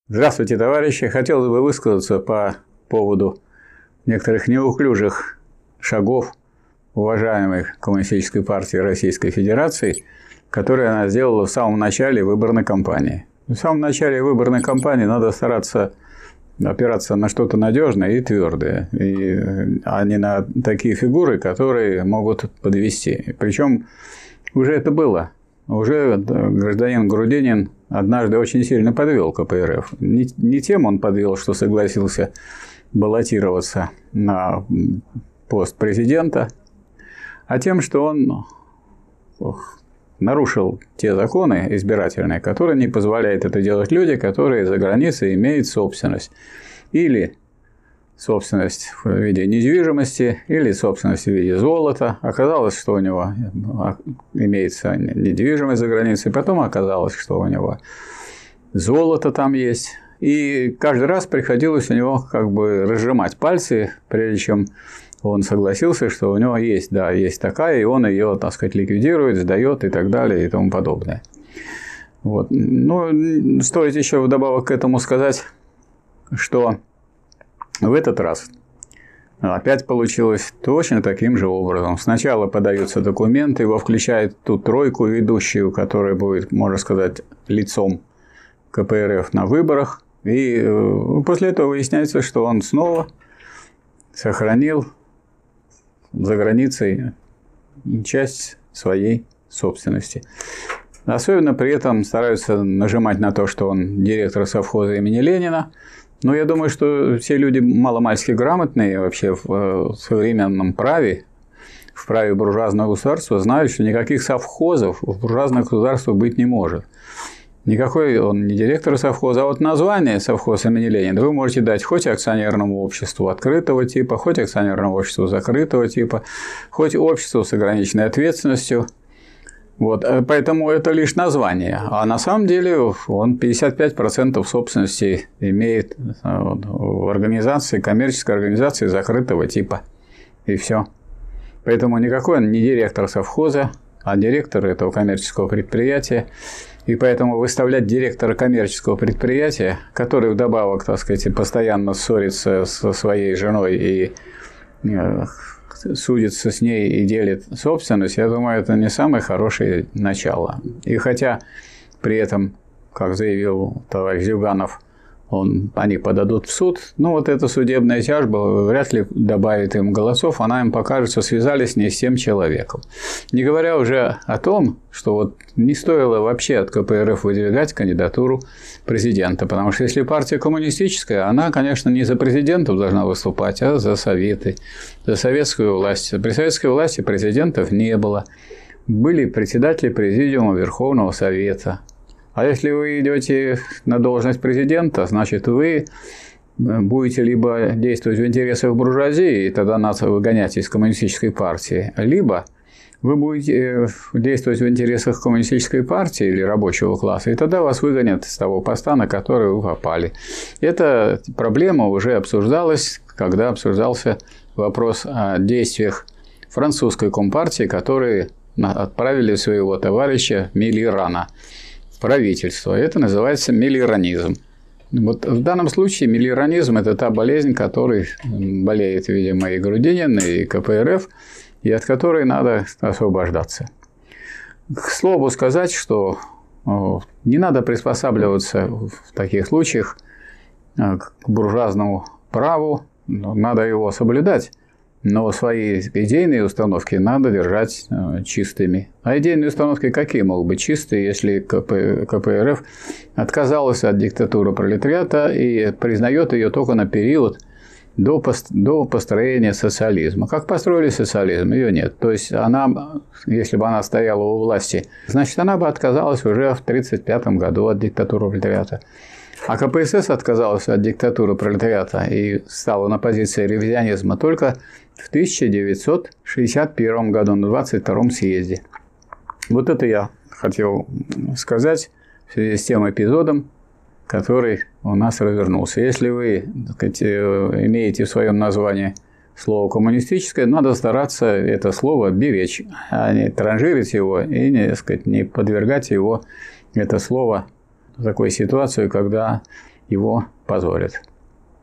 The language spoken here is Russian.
Здравствуйте, товарищи! Хотелось бы высказаться по поводу некоторых неуклюжих шагов уважаемой Коммунистической партии Российской Федерации, которые она сделала в самом начале выборной кампании. В самом начале выборной кампании надо стараться опираться на что-то надежное и твердое, а не на такие фигуры, которые могут подвести. Причем уже это было. Уже гражданин Грудинин однажды очень сильно подвел КПРФ. Не тем он подвел, что согласился баллотироваться на пост президента, а тем, что он нарушил те законы избирательные, которые не позволяют это делать люди, которые за границей имеют собственность. Или собственность в виде недвижимости, или собственность в виде золота. Оказалось, что у него имеется недвижимость за границей, потом оказалось, что у него золото там есть. И каждый раз приходилось у него как бы разжимать пальцы, прежде чем он согласился, что у него есть, да, есть такая, и он ее, так сказать, ликвидирует, сдает и так далее и тому подобное. Вот. Ну, стоит еще вдобавок к этому сказать, что в этот раз опять получилось точно таким же образом. Сначала подаются документы, его включают ту тройку ведущую, которая будет, можно сказать, лицом КПРФ на выборах. И после этого выясняется, что он снова сохранил за границей часть своей собственности. Особенно при этом стараются нажимать на то, что он директор совхоза имени Ленина. Но я думаю, что все люди маломальски грамотные вообще в современном праве, в праве буржуазного государства, знают, что никаких совхозов в буржуазных государствах быть не может. Никакой он не директор совхоза, а вот название совхоз имени Ленина вы можете дать хоть акционерному обществу открытого типа, хоть акционерному обществу закрытого типа, хоть обществу с ограниченной ответственностью. Вот, поэтому это лишь название. А на самом деле он 55% собственности имеет в организации, коммерческой организации закрытого типа. И все. Поэтому никакой он не директор совхоза, а директор этого коммерческого предприятия. И поэтому выставлять директора коммерческого предприятия, который вдобавок, так сказать, постоянно ссорится со своей женой и судится с ней и делит собственность, я думаю, это не самое хорошее начало. И хотя при этом, как заявил товарищ Зюганов, они подадут в суд, но вот эта судебная тяжба вряд ли добавит им голосов, она им покажется, связались не с тем человеком. Не говоря уже о том, что вот не стоило вообще от КПРФ выдвигать кандидатуру президента, потому что если партия коммунистическая, она, конечно, не за президентов должна выступать, а за советы, за советскую власть. При советской власти президентов не было. Были председатели президиума Верховного Совета. А если вы идете на должность президента, значит, вы будете либо действовать в интересах буржуазии, и тогда нас выгонять из коммунистической партии, либо вы будете действовать в интересах коммунистической партии или рабочего класса, и тогда вас выгонят с того поста, на который вы попали. Эта проблема уже обсуждалась, когда обсуждался вопрос о действиях французской компартии, которые отправили своего товарища Миллирана правительство. Это называется миллиранизм. Вот в данном случае миллиранизм – это та болезнь, которой болеет, видимо, и Грудинин, и КПРФ, и от которой надо освобождаться. К слову сказать, что не надо приспосабливаться в таких случаях к буржуазному праву, надо его соблюдать. Но свои идейные установки надо держать чистыми. А идейные установки какие могут быть чистые, если КПРФ отказалась от диктатуры пролетариата и признает ее только на период до построения социализма? Как построили социализм? Ее нет. То есть она, если бы она стояла у власти, значит, она бы отказалась уже в 1935 году от диктатуры пролетариата. А КПСС отказалась от диктатуры пролетариата и стала на позиции ревизионизма только в 1961 году, на 22-м съезде. Вот это я хотел сказать в связи с тем эпизодом, который у нас развернулся. Если вы, так сказать, имеете в своем названии слово «коммунистическое», надо стараться это слово беречь, а не транжирить его и не подвергать его, это слово, такой ситуации, когда его позорят.